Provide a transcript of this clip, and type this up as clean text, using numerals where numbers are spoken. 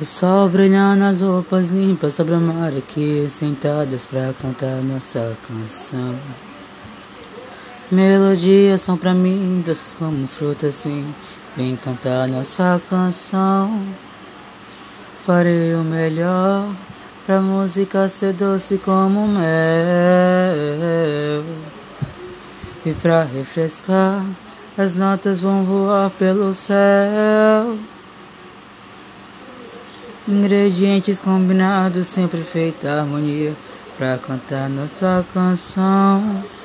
O sol brilhando nas roupas limpas sobre o mar aqui, sentadas pra cantar nossa canção. Melodias são pra mim doces como fruta, assim. Vem cantar nossa canção. Farei o melhor pra música ser doce como mel. E pra refrescar, as notas vão voar pelo céu. Ingredientes combinados, sempre feita harmonia pra cantar nossa canção.